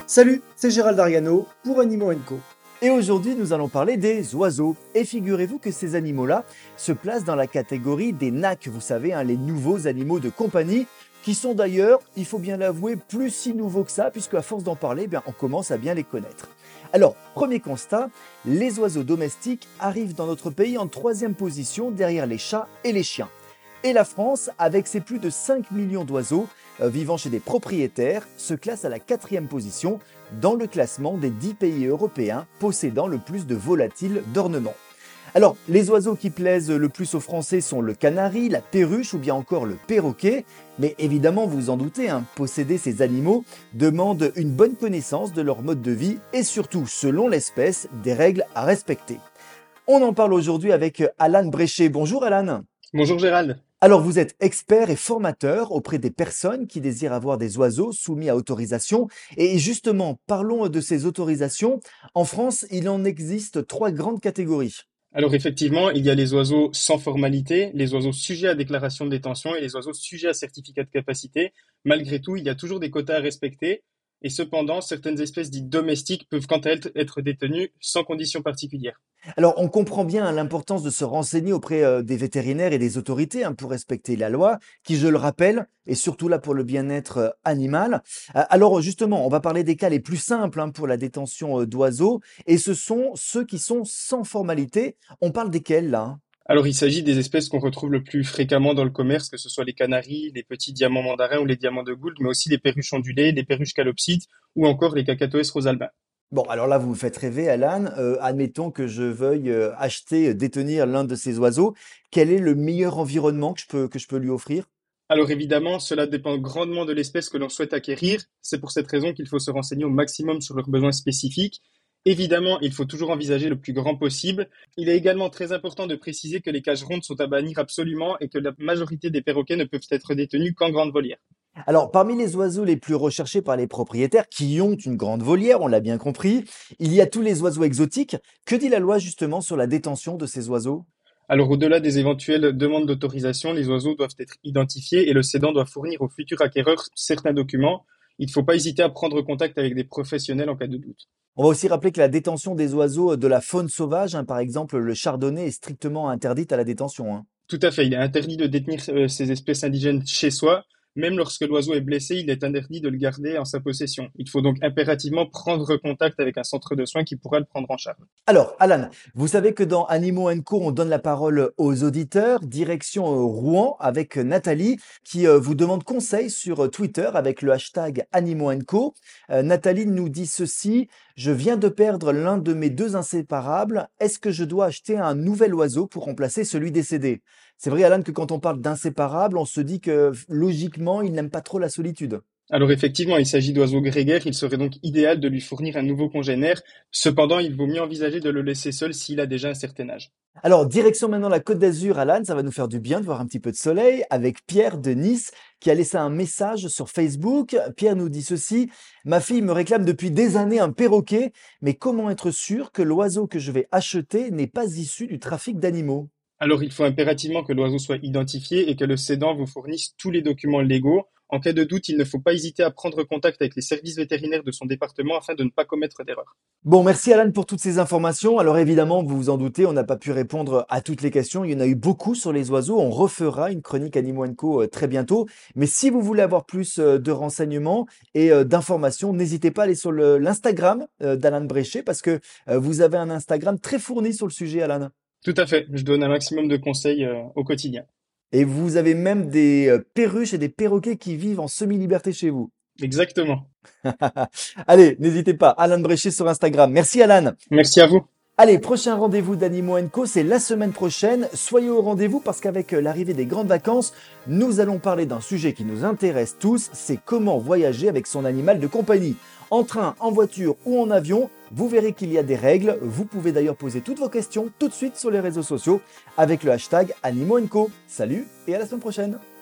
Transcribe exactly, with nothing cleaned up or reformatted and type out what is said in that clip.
Salut, c'est Gérald Ariano pour Animaux and Co. Et aujourd'hui, nous allons parler des oiseaux. Et figurez-vous que ces animaux-là se placent dans la catégorie des N A C, vous savez, hein, les nouveaux animaux de compagnie, qui sont d'ailleurs, il faut bien l'avouer, plus si nouveaux que ça, puisque à force d'en parler, eh bien, on commence à bien les connaître. Alors, premier constat, les oiseaux domestiques arrivent dans notre pays en troisième position derrière les chats et les chiens. Et la France, avec ses plus de cinq millions d'oiseaux euh, vivant chez des propriétaires, se classe à la quatrième position dans le classement des dix pays européens possédant le plus de volatiles d'ornement. Alors, les oiseaux qui plaisent le plus aux Français sont le canari, la perruche ou bien encore le perroquet. Mais évidemment, vous vous en doutez, hein, posséder ces animaux demande une bonne connaissance de leur mode de vie et surtout, selon l'espèce, des règles à respecter. On en parle aujourd'hui avec Alan Bréchet. Bonjour Alan. Bonjour Gérald. Alors, vous êtes expert et formateur auprès des personnes qui désirent avoir des oiseaux soumis à autorisation. Et justement, parlons de ces autorisations. En France, il en existe trois grandes catégories. Alors effectivement, il y a les oiseaux sans formalité, les oiseaux sujets à déclaration de détention et les oiseaux sujets à certificat de capacité. Malgré tout, il y a toujours des quotas à respecter et cependant, certaines espèces dites domestiques peuvent quant à elles être détenues sans conditions particulières. Alors, on comprend bien hein, l'importance de se renseigner auprès euh, des vétérinaires et des autorités hein, pour respecter la loi, qui, je le rappelle, est surtout là pour le bien-être euh, animal. Euh, alors, justement, on va parler des cas les plus simples hein, pour la détention euh, d'oiseaux, et ce sont ceux qui sont sans formalité. On parle desquels là hein? Alors il s'agit des espèces qu'on retrouve le plus fréquemment dans le commerce, que ce soit les canaris, les petits diamants mandarins ou les diamants de Gould, mais aussi les perruches ondulées, les perruches calopsites ou encore les cacatoès rosalbins. Bon, alors là, vous me faites rêver, Alan. Euh, admettons que je veuille euh, acheter, euh, détenir l'un de ces oiseaux. Quel est le meilleur environnement que je peux, que je peux lui offrir? Alors évidemment, cela dépend grandement de l'espèce que l'on souhaite acquérir. C'est pour cette raison qu'il faut se renseigner au maximum sur leurs besoins spécifiques. Évidemment, il faut toujours envisager le plus grand possible. Il est également très important de préciser que les cages rondes sont à bannir absolument et que la majorité des perroquets ne peuvent être détenus qu'en grande volière. Alors, parmi les oiseaux les plus recherchés par les propriétaires, qui ont une grande volière, on l'a bien compris, il y a tous les oiseaux exotiques. Que dit la loi justement sur la détention de ces oiseaux? Alors au-delà des éventuelles demandes d'autorisation, les oiseaux doivent être identifiés et le cédant doit fournir au futur acquéreur certains documents. Il ne faut pas hésiter à prendre contact avec des professionnels en cas de doute. On va aussi rappeler que la détention des oiseaux de la faune sauvage, hein, par exemple le chardonnay, est strictement interdite à la détention, hein. Tout à fait, il est interdit de détenir euh, ces espèces indigènes chez soi. Même lorsque l'oiseau est blessé, il est interdit de le garder en sa possession. Il faut donc impérativement prendre contact avec un centre de soins qui pourra le prendre en charge. Alors, Alan, vous savez que dans Animaux Co, on donne la parole aux auditeurs, direction euh, Rouen avec euh, Nathalie, qui euh, vous demande conseil sur euh, Twitter avec le hashtag Animaux Co. Euh, Nathalie nous dit ceci: je viens de perdre l'un de mes deux inséparables. Est-ce que je dois acheter un nouvel oiseau pour remplacer celui décédé? C'est vrai, Alan, que quand on parle d'inséparables, on se dit que logiquement, il n'aime pas trop la solitude. Alors effectivement, il s'agit d'oiseaux grégaires, il serait donc idéal de lui fournir un nouveau congénère. Cependant, il vaut mieux envisager de le laisser seul s'il a déjà un certain âge. Alors, direction maintenant la Côte d'Azur, Alan, ça va nous faire du bien de voir un petit peu de soleil avec Pierre de Nice qui a laissé un message sur Facebook. Pierre nous dit ceci: ma fille me réclame depuis des années un perroquet, mais comment être sûr que l'oiseau que je vais acheter n'est pas issu du trafic d'animaux? Alors il faut impérativement que l'oiseau soit identifié et que le cédant vous fournisse tous les documents légaux. En cas de doute, il ne faut pas hésiter à prendre contact avec les services vétérinaires de son département afin de ne pas commettre d'erreur. Bon, merci Alan pour toutes ces informations. Alors évidemment, vous vous en doutez, on n'a pas pu répondre à toutes les questions. Il y en a eu beaucoup sur les oiseaux. On refera une chronique Animaux Co euh, très bientôt. Mais si vous voulez avoir plus euh, de renseignements et euh, d'informations, n'hésitez pas à aller sur le- l'Instagram euh, d'Alan Bréchet parce que euh, vous avez un Instagram très fourni sur le sujet, Alan. Tout à fait, je donne un maximum de conseils euh, au quotidien. Et vous avez même des euh, perruches et des perroquets qui vivent en semi-liberté chez vous. Exactement. Allez, n'hésitez pas, Alan Bréchet sur Instagram. Merci Alan. Merci à vous. Allez, prochain rendez-vous d'Animaux Co, c'est la semaine prochaine. Soyez au rendez-vous parce qu'avec l'arrivée des grandes vacances, nous allons parler d'un sujet qui nous intéresse tous, c'est comment voyager avec son animal de compagnie. En train, en voiture ou en avion, vous verrez qu'il y a des règles. Vous pouvez d'ailleurs poser toutes vos questions tout de suite sur les réseaux sociaux avec le hashtag Animaux Co. Salut et à la semaine prochaine.